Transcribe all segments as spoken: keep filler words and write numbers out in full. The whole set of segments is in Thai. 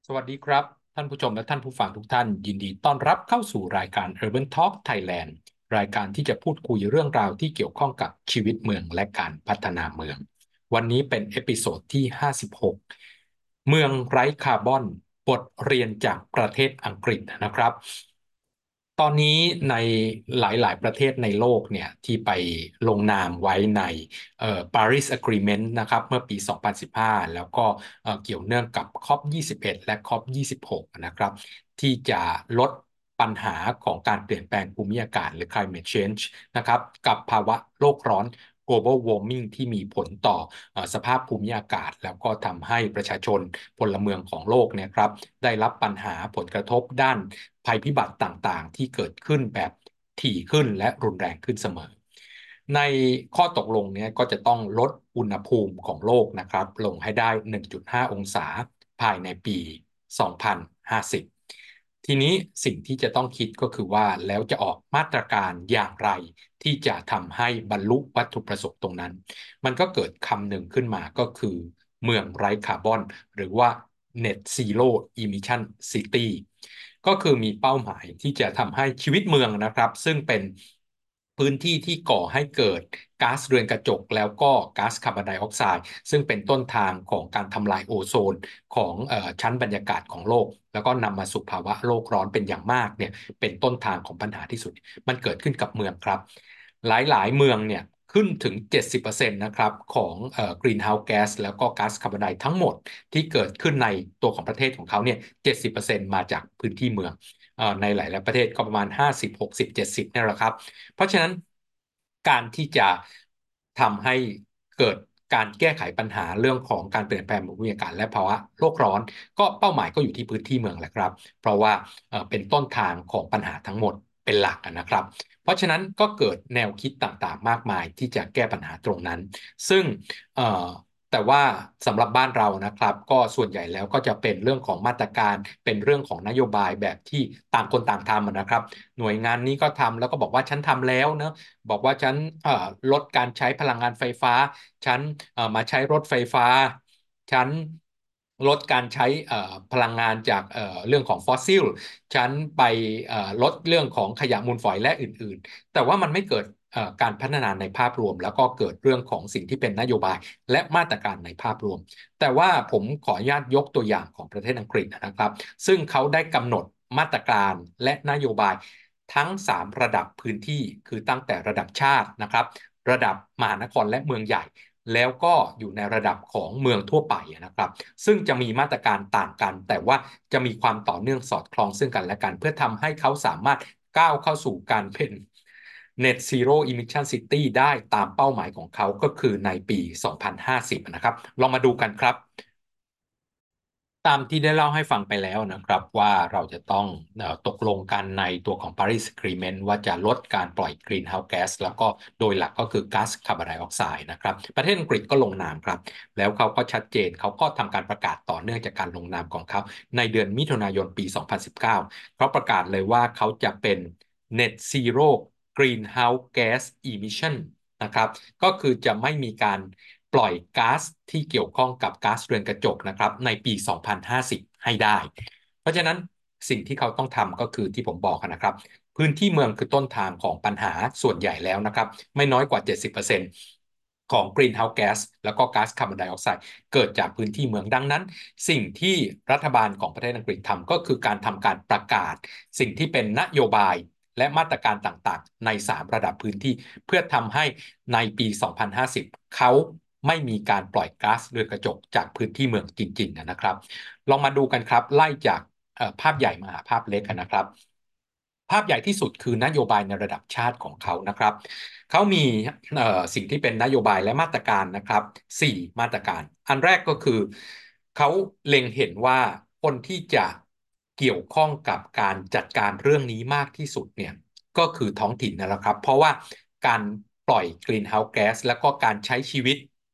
สวัสดีครับท่านผู้ชมและท่านผู้ฟังทุกท่านยินดีต้อนรับเข้าสู่รายการ Urban Talk Thailand รายการที่จะพูดคุยเรื่องราวที่เกี่ยวข้องกับชีวิตเมืองและการพัฒนาเมืองวันนี้เป็นเอพิโซดที่ห้าสิบหกเมืองไร้คาร์บอนบทเรียนจากประเทศอังกฤษนะครับ ตอนนี้ในหลาย ๆ ประเทศในโลกเนี่ยที่ไปลงนามไว้ในเอ่อ Paris Agreement นะครับเมื่อปี สองพันสิบห้า แล้วก็เอ่อเกี่ยวเนื่องกับ ซี โอ พี ยี่สิบเอ็ด และ ซี โอ พี ยี่สิบหก นะครับที่จะลดปัญหาของการเปลี่ยนแปลงภูมิอากาศหรือ climate change นะครับกับภาวะโลกร้อน global warming ที่มีผลต่อเอ่อสภาพภูมิอากาศแล้วก็ทำให้ประชาชนพลเมืองของโลกเนี่ยครับได้รับปัญหาผลกระทบด้านภัยพิบัติต่างๆที่เกิดขึ้นแบบถี่ขึ้นและรุนแรงขึ้นเสมอในข้อตกลงเนี้ก็จะต้องลดอุณหภูมิของโลกนะครับลงให้ได้ หนึ่งจุดห้า องศาภายในปีสองพันห้าสิบทีนี้สิ่งที่จะต้องคิดก็คือว่าแล้วจะออกมาตรการอย่างไรที่จะทำให้บรรลุวัตถุประสงค์ตรงนั้น มันก็เกิดคำหนึ่งขึ้นมาก็คือเมืองไร้คาร์บอนหรือว่า Net Zero Emission City ก็คือมีเป้าหมายที่จะทำให้ชีวิตเมืองนะครับซึ่งเป็นพื้นที่ที่ก่อให้เกิดก๊าซเรือนกระจกแล้วก็ก๊าซคาร์บอนไดออกไซด์ซึ่งเป็นต้นทางของการทำลายโอโซนของเออชั้นบรรยากาศของโลกแล้วก็นำมาสู่ภาวะโลกร้อนเป็นอย่างมากเนี่ยเป็นต้นทางของปัญหาที่สุดมันเกิดขึ้นกับเมืองครับ หลายๆเมืองเนี่ยขึ้นถึงเจ็ดสิบเปอร์เซ็นต์นะครับของเอ่อกรีนเฮาส์แก๊สแล้วก็ก๊าซคาร์บอนไดทั้งหมดที่เกิดขึ้นในตัวของประเทศของเขาเนี่ยเจ็ดสิบเปอร์เซ็นต์มาจากพื้นที่เมืองเอ่อในหลายๆประเทศก็ประมาณห้าสิบ หกสิบ เจ็ดสิบนี่แหละครับเพราะฉะนั้นการที่จะทำให้เกิดการแก้ไขปัญหาเรื่องของการเปลี่ยนแปลงภูมิอากาศและภาวะโลกร้อนก็เป้าหมายก็อยู่ที่พื้นที่เมืองแหละครับเพราะว่าเอ่อเป็นต้นทางของปัญหาทั้งหมดเป็นหลักนะครับ เพราะฉะนั้นก็เกิดแนวคิดต่างๆมากมายที่จะแก้ปัญหาตรงนั้น ซึ่งเอ่อแต่ว่าสำหรับบ้านเรานะครับก็ส่วนใหญ่แล้วก็จะเป็นเรื่องของมาตรการเป็นเรื่องของนโยบายแบบที่ต่างคนต่างทำนะครับหน่วยงานนี้ก็ทำแล้วก็บอกว่าฉันทำแล้วเนอะบอกว่าฉันเอ่อลดการใช้พลังงานไฟฟ้าฉันเอ่อมาใช้รถไฟฟ้าฉันลดการใช้เอ่อพลังงานจากเอ่อเรื่องของฟอสซิล ฉันไปเอ่อลดเรื่องของขยะมูลฝอยและอื่นๆ แต่ว่ามันไม่เกิดเอ่อการพัฒนาในภาพรวมแล้วก็เกิดเรื่องของสิ่งที่เป็นนโยบายและมาตรการในภาพรวม แต่ว่าผมขออนุญาตยกตัวอย่างของประเทศอังกฤษนะครับซึ่งเขาได้กำหนดมาตรการและนโยบายทั้งสามระดับพื้นที่คือตั้งแต่ระดับชาตินะครับระดับมหานครและเมืองใหญ่แล้วก็อยู่ในระดับของเมืองทั่วไปนะครับ ซึ่งจะมีมาตรการต่างกันแต่ว่าจะมีความต่อเนื่องสอดคล้องซึ่งกันและกันเพื่อทำให้เขาสามารถก้าวเข้าสู่การเป็น Net Zero Emission City ได้ตามเป้าหมายของเขาก็คือในปี สองพันห้าสิบ นะครับลองมาดูกันครับ ตามที่ได้เล่าให้ฟังไปแล้วนะครับว่าเราจะต้องเอ่อตกลงกันในตัวของ Paris Agreement ว่าจะลดการปล่อย Greenhouse Gas แล้วก็โดยหลักก็คือก๊าซคาร์บอนไดออกไซด์นะครับประเทศอังกฤษก็ลงนามครับแล้วเขาก็ชัดเจนเขาก็ทำการประกาศต่อเนื่องจากการลงนามของเขาในเดือนมิถุนายนปี สองพันสิบเก้าเขาประกาศเลยว่าเขาจะเป็น Net Zero Greenhouse Gas Emission นะครับก็คือจะไม่มีการปล่อยก๊าซที่เกี่ยวข้องกับก๊าซเรือนกระจกนะครับในปี สองพันห้าสิบ ให้ได้ เพราะฉะนั้นสิ่งที่เขาต้องทำก็คือที่ผมบอกนะครับพื้นที่เมืองคือต้นทางของปัญหาส่วนใหญ่แล้วนะครับไม่น้อยกว่า เจ็ดสิบเปอร์เซ็นต์ของ Greenhouse Gas แล้วก็ก๊าซคาร์บอนไดออกไซด์เกิดจากพื้นที่เมืองดังนั้นสิ่งที่รัฐบาลของประเทศอังกฤษทำก็คือการทำการประกาศสิ่งที่เป็นนโยบายและมาตรการต่างๆในสามระดับพื้นที่เพื่อทำให้ในปี สองพันห้าสิบ เขาไม่มีการปล่อยก๊าซเรือนกระจกจากพื้นที่เมืองจริงๆนะครับลองมาดูกันครับไล่จากเอ่อภาพใหญ่มาหาภาพเล็กกันนะครับภาพใหญ่ที่สุดคือนโยบายในระดับชาติของเขานะครับเขามีเอ่อสิ่งที่เป็นนโยบายและมาตรการนะครับสี่มาตรการอันแรกก็คือเขาเล็งเห็นว่าคนที่จะเกี่ยวข้องกับการจัดการเรื่องนี้มากที่สุดเนี่ยก็คือท้องถิ่นนั่นแหละครับเพราะว่าการปล่อยกรีนเฮาส์แก๊สแล้วก็การใช้ชีวิต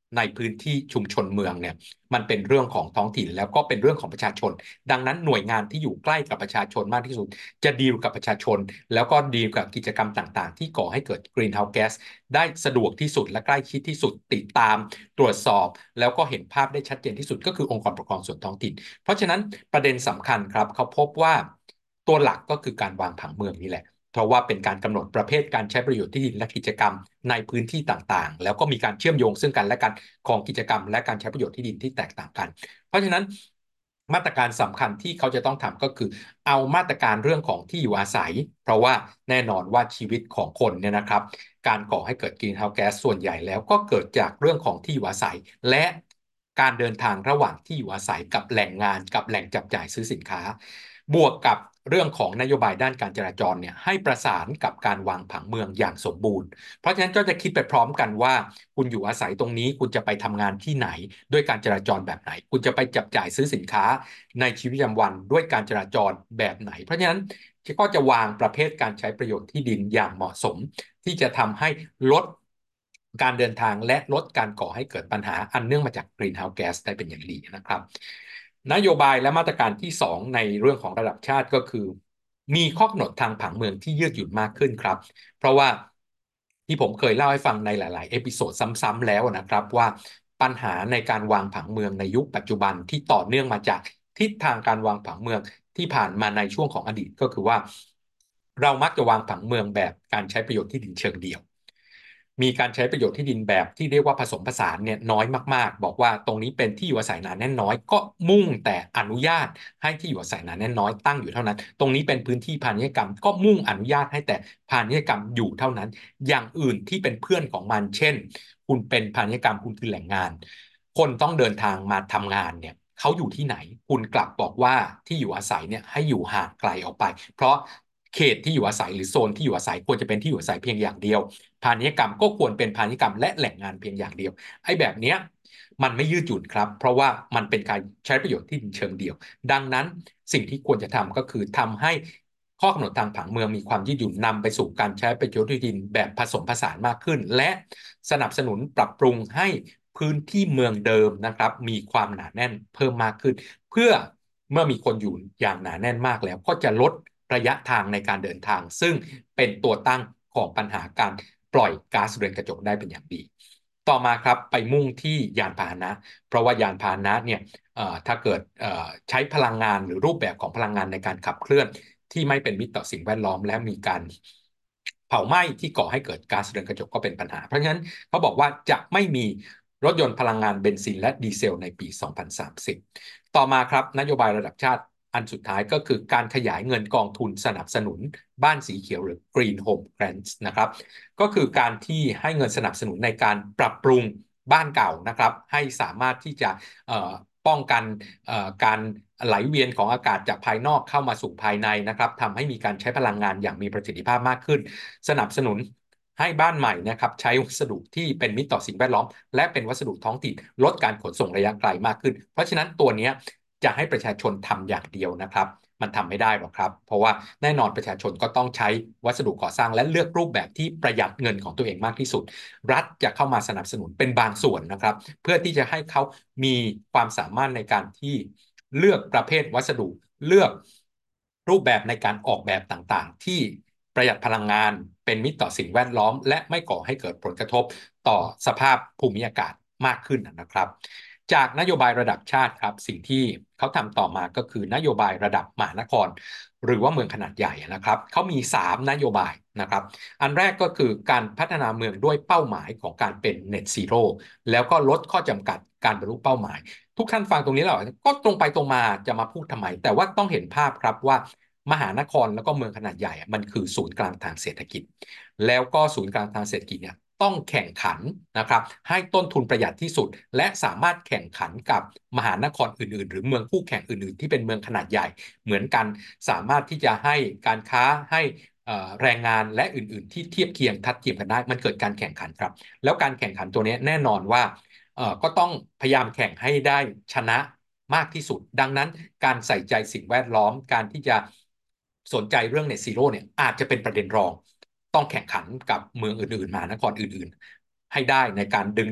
ในพื้นที่ชุมชนเมืองเนี่ยมันเป็นเรื่องของท้องถิ่นแล้วก็เป็นเรื่องของประชาชนดังนั้นหน่วยงานที่อยู่ใกล้กับประชาชนมากที่สุดจะดีลกับประชาชนแล้วก็ดีลกับกิจกรรมต่างๆที่ก่อให้เกิด greenhouse gas ได้สะดวกที่สุดและใกล้ชิดที่สุดติดตามตรวจสอบแล้วก็เห็นภาพได้ชัดเจนที่สุดก็คือองค์กรปกครองส่วนท้องถิ่นเพราะฉะนั้นประเด็นสำคัญครับเขาพบว่าตัวหลักก็คือการวางผังเมืองนี่แหละเพราะว่าเป็นการกำหนดประเภทการใช้ประโยชน์ที่ดินและกิจกรรมในพื้นที่ต่างๆแล้วก็มีการเชื่อมโยงซึ่งกันและกันของกิจกรรมและการใช้ประโยชน์ที่ดินที่แตกต่างกันเพราะฉะนั้นมาตรการสำคัญที่เขาจะต้องทำก็คือเอามาตรการเรื่องของที่อยู่อาศัยเพราะว่าแน่นอนว่าชีวิตของคนเนี่ยนะครับการก่อให้เกิดกรีนเฮาส์แก๊สส่วนใหญ่แล้วก็เกิดจากเรื่องของที่อยู่อาศัยและการเดินทางระหว่างที่อยู่อาศัยกับแหล่งงานกับแหล่งจับจ่ายซื้อสินค้าบวกกับเรื่องของนโยบายด้านการจราจรเนี่ยให้ประสานกับการวางผังเมืองอย่างสมบูรณ์เพราะฉะนั้นก็จะคิดไปพร้อมกันว่าคุณอยู่อาศัยตรงนี้คุณจะไปทำงานที่ไหนด้วยการจราจรแบบไหนคุณจะไปจับจ่ายซื้อสินค้าในชีวิตประจำวันด้วยการจราจรแบบไหนเพราะฉะนั้นก็จะวางประเภทการใช้ประโยชน์ที่ดินอย่างเหมาะสมที่จะทำให้ลดการเดินทางและลดการก่อให้เกิดปัญหาอันเนื่องมาจากกรีนเฮาส์แก๊สได้เป็นอย่างดีนะครับนโยบายและมาตรการที่สองในเรื่องของระดับชาติก็คือมีข้อกำหนดทางผังเมืองที่ยืดหยุ่นมากขึ้นครับเพราะว่าที่ผมเคยเล่าให้ฟังในหลายๆเอพิโซดซ้ำๆแล้วนะครับว่าปัญหาในการวางผังเมืองในยุคปัจจุบันที่ต่อเนื่องมาจากทิศทางการวางผังเมืองที่ผ่านมาในช่วงของอดีตก็คือว่าเรามักจะวางผังเมืองแบบการใช้ประโยชน์ที่ดินเชิงเดี่ยวมีการใช้ประโยชน์ที่ดินแบบที่เรียกว่าผสมผสานเนี่ยน้อยมากๆบอกว่าตรงนี้เป็นที่อยู่อาศัยหนาแน่นน้อยก็มุ่งแต่อนุญาตให้ที่อยู่อาศัยหนาแน่นน้อยตั้งอยู่เท่านั้นตรงนี้เป็นพื้นที่พาณิชยกรรมก็มุ่งอนุญาตให้แต่พาณิชยกรรมอยู่เท่านั้นอย่างอื่นที่เป็นเพื่อนของมันเช่นคุณเป็นพาณิชยกรรมคุณคือแหล่งงานคนต้องเดินทางมาทำงานเนี่ยเขาอยู่ที่ไหนคุณกลับบอกว่าที่อยู่อาศัยเนี่ยให้อยู่ห่างไกลออกไปเพราะเขตที่อยู่อาศัยหรือโซนที่อยู่อาศัยควรจะเป็นที่อยู่อาศัยเพียงอย่างเดียวพาณิชยกรรมก็ควรเป็นพาณิชยกรรมและแหล่งงานเพียงอย่างเดียวไอ้แบบเนี้ยมันไม่ยืดหยุ่นครับเพราะว่ามันเป็นการใช้ประโยชน์ที่เชิงเดี่ยวดังนั้นสิ่งที่ควรจะทำก็คือทำให้ข้อกำหนดทางผังเมืองมีความยืดหยุ่นนำไปสู่การใช้ประโยชน์ที่ดินแบบผสมผสานมากขึ้นและสนับสนุนปรับปรุงให้พื้นที่เมืองเดิมนะครับมีความหนาแน่นเพิ่มมากขึ้นเพื่อเมื่อมีคนอยู่อย่างหนาแน่นมากแล้วก็จะลดระยะทางในการเดินทางซึ่งเป็นตัวตั้งของปัญหาการปล่อยก๊าซเรือนกระจกได้เป็นอย่างดีต่อมาครับไปมุ่งที่ยานพาหนะเพราะว่ายานพาหนะเนี่ยถ้าเกิดใช้พลังงานหรือรูปแบบของพลังงานในการขับเคลื่อนที่ไม่เป็นมิตรต่อสิ่งแวดล้อมและมีการเผาไหม้ที่ก่อให้เกิดก๊าซเรือนกระจกก็เป็นปัญหาเพราะฉะนั้นเขาบอกว่าจะไม่มีรถยนต์พลังงานเบนซินและดีเซลในปี สองพันสามสิบ ต่อมาครับนโยบายระดับชาติอันสุดท้ายก็คือการขยายเงินกองทุนสนับสนุนบ้านสีเขียวหรือ Green Home Grants นะครับก็คือการที่ให้เงินสนับสนุนในการปรับปรุงบ้านเก่านะครับให้สามารถที่จะป้องกันการไหลเวียนของอากาศจากภายนอกเข้ามาสู่ภายในนะครับทำให้มีการใช้พลังงานอย่างมีประสิทธิภาพมากขึ้นสนับสนุนให้บ้านใหม่นะครับใช้วัสดุที่เป็นมิตรต่อสิ่งแวดล้อมและเป็นวัสดุท้องถิ่นลดการขนส่งระยะไกลมากขึ้นเพราะฉะนั้นตัวนี้จะให้ประชาชนทำอย่างเดียวนะครับมันทำไม่ได้หรอกครับเพราะว่าแน่นอนประชาชนก็ต้องใช้วัสดุก่อสร้างและเลือกรูปแบบที่ประหยัดเงินของตัวเองมากที่สุดรัฐจะเข้ามาสนับสนุนเป็นบางส่วนนะครับเพื่อที่จะให้เขามีความสามารถในการที่เลือกประเภทวัสดุเลือกรูปแบบในการออกแบบต่างๆที่ประหยัดพลังงานเป็นมิตรต่อสิ่งแวดล้อมและไม่ก่อให้เกิดผลกระทบต่อสภาพภูมิอากาศมากขึ้นนะครับจากนโยบายระดับชาติครับสิ่งที่เขาทำต่อมาก็คือนโยบายระดับมหานครหรือว่าเมืองขนาดใหญ่นะครับเขามีสามนโยบายนะครับอันแรกก็คือการพัฒนาเมืองด้วยเป้าหมายของการเป็น Net Zero แล้วก็ลดข้อจำกัดการบรรลุเป้าหมายทุกท่านฟังตรงนี้แล้วก็ตรงไปตรงมาจะมาพูดทำไมแต่ว่าต้องเห็นภาพครับว่ามหานครแล้วก็เมืองขนาดใหญ่มันคือศูนย์กลางทางเศรษฐกิจแล้วก็ศูนย์กลางทางเศรษฐกิจเนี่ยต้องแข่งขันนะครับให้ต้นทุนประหยัดที่สุดและสามารถแข่งขันกับมหานครอื่นๆหรือเมืองคู่แข่งอื่นๆที่เป็นเมืองขนาดใหญ่เหมือนกันสามารถที่จะให้การค้าให้แรงงานและอื่นๆที่เทียบเคียงทัดเทียมกันได้มันเกิดการแข่งขันครับแล้วการแข่งขันตัวนี้แน่นอนว่าก็ต้องพยายามแข่งให้ได้ชนะมากที่สุดดังนั้นการใส่ใจสิ่งแวดล้อมการที่จะสนใจเรื่อง Net Zero เนี่ยอาจจะเป็นประเด็นรองต้องแข่งขันกับเมืองอื่นๆมหานครอื่นๆให้ได้ในการดึงดูด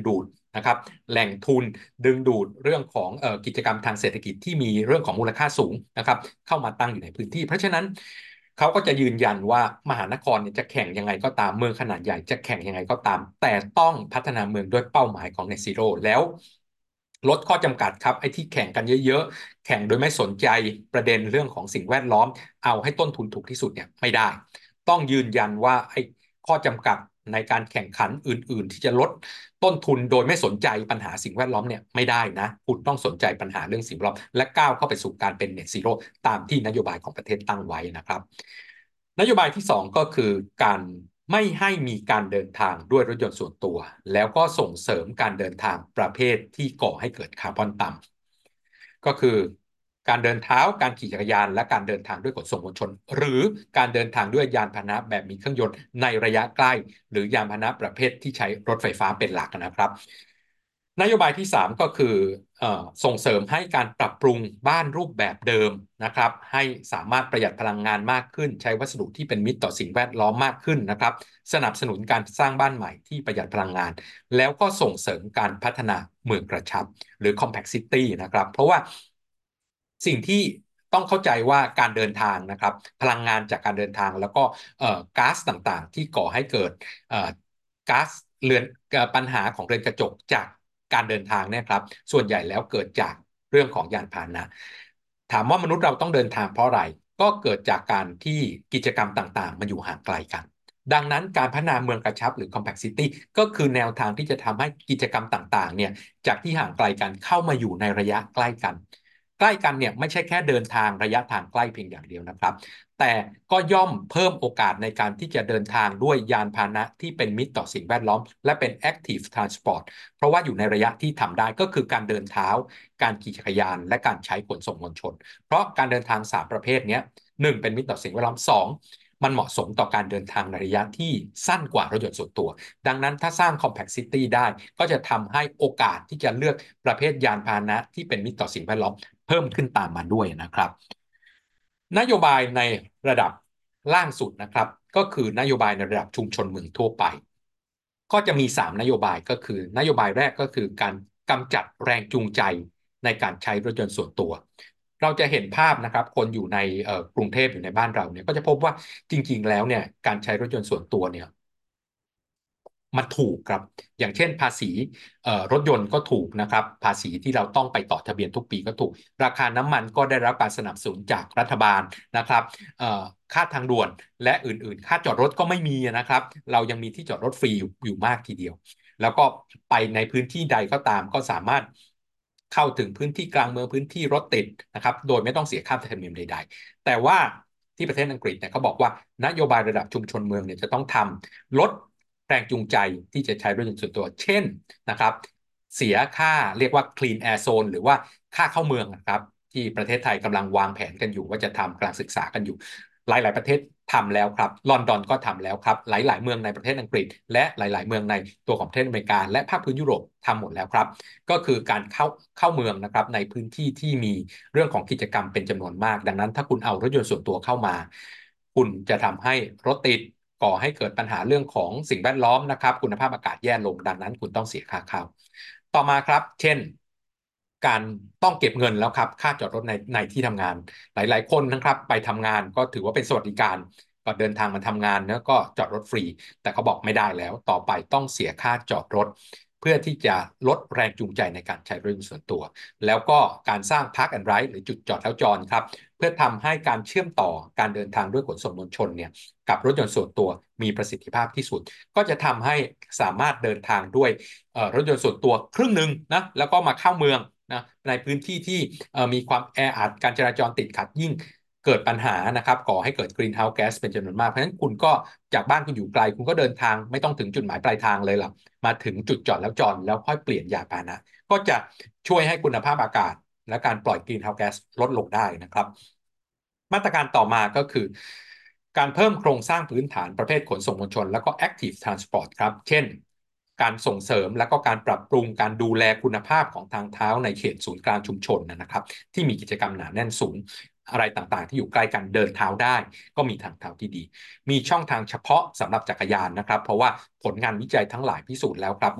นะครับแหล่งทุนดึงดูดเรื่องของเอ่อกิจกรรมทางเศรษฐกิจที่มีเรื่องของมูลค่าสูงนะครับเข้ามาตั้งอยู่ในพื้นที่เพราะฉะนั้นเขาก็จะยืนยันว่ามหานครเนี่ยจะแข่งยังไงก็ตามเมืองขนาดใหญ่จะแข่งยังไงก็ตามแต่ต้องพัฒนาเมืองด้วยเป้าหมายของ Net Zero แล้วลดข้อจำกัดครับไอ้ที่แข่งกันเยอะๆแข่งโดยไม่สนใจประเด็นเรื่องของสิ่งแวดล้อมเอาให้ต้นทุนถูกที่สุดเนี่ยไม่ได้ต้องยืนยันว่าไอ้ข้อจำกัดในการแข่งขันอื่นๆที่จะลดต้นทุนโดยไม่สนใจปัญหาสิ่งแวดล้อมเนี่ยไม่ได้นะคุณต้องสนใจปัญหาเรื่องสิ่งแวดล้อมและก้าวเข้าไปสู่การเป็น Net Zero ตามที่นโยบายของประเทศตั้งไว้นะครับนโยบายที่สองก็คือการไม่ให้มีการเดินทางด้วยรถยนต์ส่วนตัวแล้วก็ส่งเสริมการเดินทางประเภทที่ก่อให้เกิดคาร์บอนต่ำก็คือการเดินเท้าการขี่จักรยานและการเดินทางด้วยขนส่งมวลชนหรือการเดินทางด้วยยานพาหนะแบบมีเครื่องยนต์ในระยะใกล้หรือยานพาหนะประเภทที่ใช้รถไฟฟ้าเป็นหลักนะครับนโยบายที่สามก็คือเอ่อส่งเสริมให้การปรับปรุงบ้านรูปแบบเดิมนะครับให้สามารถประหยัดพลังงานมากขึ้นใช้วัสดุที่เป็นมิตรต่อสิ่งแวดล้อมมากขึ้นนะครับสนับสนุนการสร้างบ้านใหม่ที่ประหยัดพลังงานแล้วก็ส่งเสริมการพัฒนาเมืองกระชับหรือ compact city นะครับเพราะว่าสิ่งที่ต้องเข้าใจว่าการเดินทางนะครับพลังงานจากการเดินทางแล้วก็เอ่อก๊าซต่างๆที่ก่อให้เกิดเอ่อก๊าซเรือนเอ่อปัญหาของเรือนกระจกจากการเดินทางเนี่ยครับส่วนใหญ่แล้วเกิดจากเรื่องของยานพาหนะถามว่ามนุษย์เราต้องเดินทางเพราะอะไรก็เกิดจากการที่กิจกรรมต่างๆมันอยู่ห่างไกลกันดังนั้นการพัฒนาเมืองกระชับหรือ compact city ก็คือแนวทางที่จะทำให้กิจกรรมต่างๆเนี่ยจากที่ห่างไกลกันเข้ามาอยู่ในระยะใกล้กัน ใกล้กันเนี่ยไม่ใช่แค่เดินทางระยะทางใกล้เพียงอย่างเดียวนะครับแต่ก็ย่อมเพิ่มโอกาสในการที่จะเดินทางด้วยยานพาหนะที่เป็นมิตรต่อสิ่งแวดล้อมและเป็น active transport เพราะว่าอยู่ในระยะที่ทำได้ก็คือการเดินเท้าการขี่จักรยานและการใช้ขนส่งมวลชนเพราะการเดินทางสามประเภทนี้หนึ่งเป็นมิตรต่อสิ่งแวดล้อมสองมันเหมาะสมต่อการเดินทางในระยะที่สั้นกว่ารถยนต์ส่วนตัวดังนั้นถ้าสร้าง compact city ได้ก็จะทำให้โอกาสที่จะเลือกประเภทยานพาหนะที่เป็นมิตรต่อสิ่งแวดล้อม เพิ่มขึ้นตามมาด้วยนะครับนโยบายในระดับล่างสุดนะครับก็คือนโยบายในระดับชุมชนเมืองทั่วไปก็จะมีสามนโยบายก็คือนโยบายแรกก็คือการกำจัดแรงจูงใจในการใช้รถยนต์ส่วนตัวเราจะเห็นภาพนะครับคนอยู่ในกรุงเทพอยู่ในบ้านเราเนี่ยก็จะพบว่าจริงๆแล้วเนี่ยการใช้รถยนต์ส่วนตัวเนี่ย มันถูกครับอย่างเช่นภาษีเอ่อรถยนต์ก็ถูกนะครับภาษีที่เราต้องไปต่อทะเบียนทุกปีก็ถูกราคาน้ำมันก็ได้รับการสนับสนุนจากรัฐบาลนะครับเอ่อค่าทางด่วนและอื่นๆค่าจอดรถก็ไม่มีนะครับเรายังมีที่จอดรถฟรีอยู่อยู่มากทีเดียวแล้วก็ไปในพื้นที่ใดก็ตามก็สามารถเข้าถึงพื้นที่กลางเมืองพื้นที่รถติดนะครับโดยไม่ต้องเสียค่าธรรมเนียมใดๆแต่ว่าที่ประเทศอังกฤษเนี่ยเขาบอกว่านโยบายระดับชุมชนเมืองเนี่ยจะต้องทำลด แรงจูงใจที่จะใช้รถยนต์ส่วนตัวเช่นนะครับเสียค่าเรียกว่า clean air zone หรือว่าค่าเข้าเมืองนะครับที่ประเทศไทยกำลังวางแผนกันอยู่ว่าจะทำกำลังศึกษากันอยู่หลายๆประเทศทำแล้วครับลอนดอนก็ทำแล้วครับหลายๆเมืองในประเทศอังกฤษและหลายๆเมืองในตัวของประเทศอเมริกาและภาคพื้นยุโรปทำหมดแล้วครับก็คือการเข้าเข้าเมืองนะครับในพื้นที่ที่มีเรื่องของกิจกรรมเป็นจำนวนมากดังนั้นถ้าคุณเอารถยนต์ส่วนตัวเข้ามาคุณจะทำให้รถติด ก่อให้เกิดปัญหาเรื่องของสิ่งแวดล้อมนะครับคุณภาพอากาศแย่ลงดังนั้นคุณต้องเสียค่าเข้าต่อมาครับเช่นการต้องเก็บเงินแล้วครับค่าจอดรถในในที่ทำงานหลายๆคนนะครับไปทำงานก็ถือว่าเป็นสวัสดิการก็เดินทางมาทำงานเนะก็จอดรถฟรีแต่เขาบอกไม่ได้แล้วต่อไปต้องเสียค่าจอดรถเพื่อที่จะลดแรงจูงใจในการใช้รถยนต์ส่วนตัวแล้วก็การสร้าง Park and Ride หรือจุดจอดแล้วจอดครับเพื่อทำให้การเชื่อมต่อการเดินทางด้วยขนส่งมวลชนเนี่ย กับรถยนต์ส่วนตัวมีประสิทธิภาพที่สุดก็จะทำให้สามารถเดินทางด้วยรถยนต์ส่วนตัวครึ่งหนึ่งนะแล้วก็มาเข้าเมืองนะในพื้นที่ที่มีความแออัดการจราจรติดขัดยิ่งเกิดปัญหานะครับก่อให้เกิดกรีนเฮาส์แก๊สเป็นจำนวนมากเพราะฉะนั้นคุณก็จากบ้านคุณอยู่ไกลคุณก็เดินทางไม่ต้องถึงจุดหมายปลายทางเลยหรอกมาถึงจุดจอดแล้วจอดแล้วค่อยเปลี่ยนยานพาหนะก็จะช่วยให้คุณภาพอากาศและการปล่อยกรีนเฮาส์แก๊สลดลงได้นะครับ มาตรการต่อมาก็คือการเพิ่มโครงสร้างพื้นฐานประเภทขนส่งมวลชนแล้วก็ active transport ครับเช่นการส่งเสริมและก็การปรับปรุงการดูแลคุณภาพของทางเท้าในเขตศูนย์กลางชุมชนนะครับที่มีกิจกรรมหนาแน่นสูงอะไรต่างๆที่อยู่ใกล้กันเดินเท้าได้ก็มีทางเท้าที่ดีมีช่องทางเฉพาะสำหรับจักรยานนะครับเพราะว่าผลงานวิจัยทั้งหลายพิสูจน์แล้วครับว่า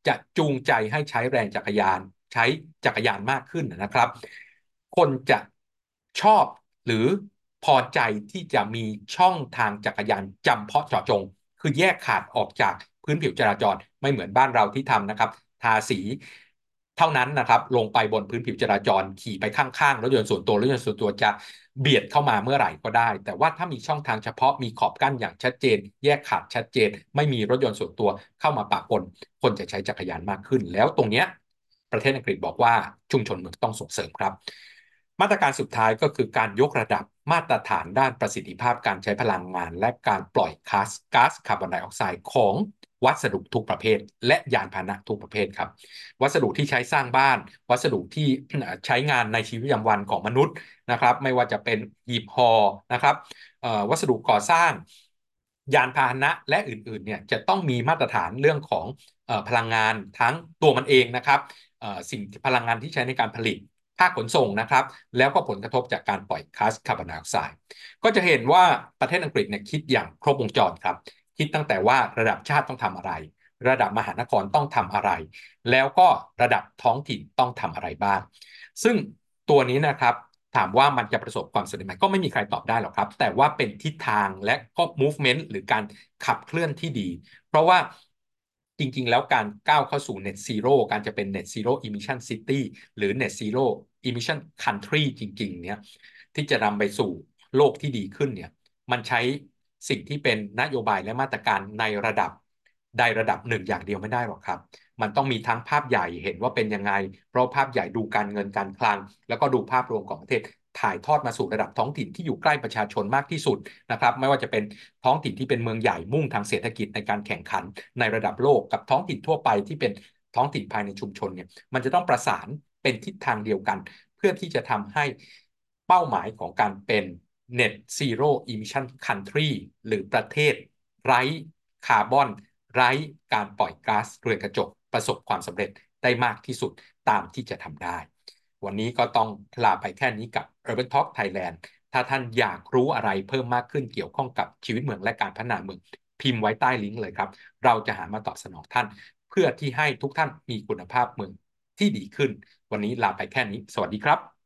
จะจูงใจให้ใช้แรงจักรยานใช้จักรยานมากขึ้นนะครับคนจะชอบหรือพอใจที่จะมีช่องทางจักรยานจำเพาะเจาะจงคือแยกขาดออกจากพื้นผิวจราจรไม่เหมือนบ้านเราที่ทำนะครับทาสีเท่านั้นนะครับลงไปบนพื้นผิวจราจรขี่ไปข้างๆรถยนต์ส่วนตัวรถยนต์ส่วนตัวจะเบียดเข้ามาเมื่อไหร่ก็ได้แต่ว่าถ้ามีช่องทางเฉพาะมีขอบกั้นอย่างชัดเจนแยกขาดชัดเจนไม่มีรถยนต์ส่วนตัวเข้ามาปะปนคนจะใช้จักรยานมากขึ้นแล้วตรงเนี้ยประเทศอังกฤษบอกว่าชุมชนเมืองต้องส่งเสริมครับมาตรการสุดท้ายก็คือการยกระดับมาตรฐานด้านประสิทธิภาพการใช้พลังงานและการปล่อยก๊าซก๊าซคาร์บอนไดออกไซด์ของวัสดุทุกประเภทและยานพาหนะทุกประเภทครับวัสดุที่ใช้สร้างบ้านวัสดุที่ใช้งานในชีวิตประจำวันของมนุษย์นะครับไม่ว่าจะเป็นหีบห่อนะครับวัสดุก่อสร้างยานพาหนะและอื่นๆเนี่ยจะต้องมีมาตรฐานเรื่องของพลังงานทั้งตัวมันเองนะครับสิ่งพลังงานที่ใช้ในการผลิตภาคขนส่งนะครับแล้วก็ผลกระทบจากการปล่อยก๊าซคาร์บอนไดออกไซด์ก็จะเห็นว่าประเทศอังกฤษเนี่ยคิดอย่างครบวงจรครับคิดตั้งแต่ว่าระดับชาติต้องทำอะไรระดับมหานครต้องทำอะไรแล้วก็ระดับท้องถิ่นต้องทำอะไรบ้างซึ่งตัวนี้นะครับถามว่ามันจะประสบความสำเร็จไหมก็ไม่มีใครตอบได้หรอกครับแต่ว่าเป็นทิศทางและก็ movement หรือการขับเคลื่อนที่ดีเพราะว่าจริงๆแล้วการก้าวเข้าสู่ net zero การจะเป็น net zero emission city หรือ net zero emission country จริงๆเนี่ยที่จะนำไปสู่โลกที่ดีขึ้นเนี่ยมันใช้สิ่งที่เป็นนโยบายและมาตรการในระดับใดระดับหนึ่งอย่างเดียวไม่ได้หรอกครับมันต้องมีทั้งภาพใหญ่เห็นว่าเป็นยังไงเพราะภาพใหญ่ดูการเงินการคลังแล้วก็ดูภาพรวมของประเทศถ่ายทอดมาสู่ระดับท้องถิ่นที่อยู่ใกล้ประชาชนมากที่สุดนะครับไม่ว่าจะเป็นท้องถิ่นที่เป็นเมืองใหญ่มุ่งทางเศรษฐกิจในการแข่งขันในระดับโลกกับท้องถิ่นทั่วไปที่เป็นท้องถิ่นภายในชุมชนเนี่ยมันจะต้องประสานเป็นทิศทางเดียวกันเพื่อที่จะทำให้เป้าหมายของการเป็น Net Zero Emission Country หรือประเทศไร้คาร์บอนไร้การปล่อยก๊าซเรือนกระจกประสบความสำเร็จได้มากที่สุดตามที่จะทำได้ วันนี้ก็ต้องลาไปแค่นี้กับ Urban Talk Thailand ถ้าท่านอยากรู้อะไรเพิ่มมากขึ้นเกี่ยวข้องกับชีวิตเมืองและการพัฒนาเมืองพิมพ์ไว้ใต้ลิงก์เลยครับเราจะหามาตอบสนองท่านเพื่อที่ให้ทุกท่านมีคุณภาพเมืองที่ดีขึ้นวันนี้ลาไปแค่นี้สวัสดีครับ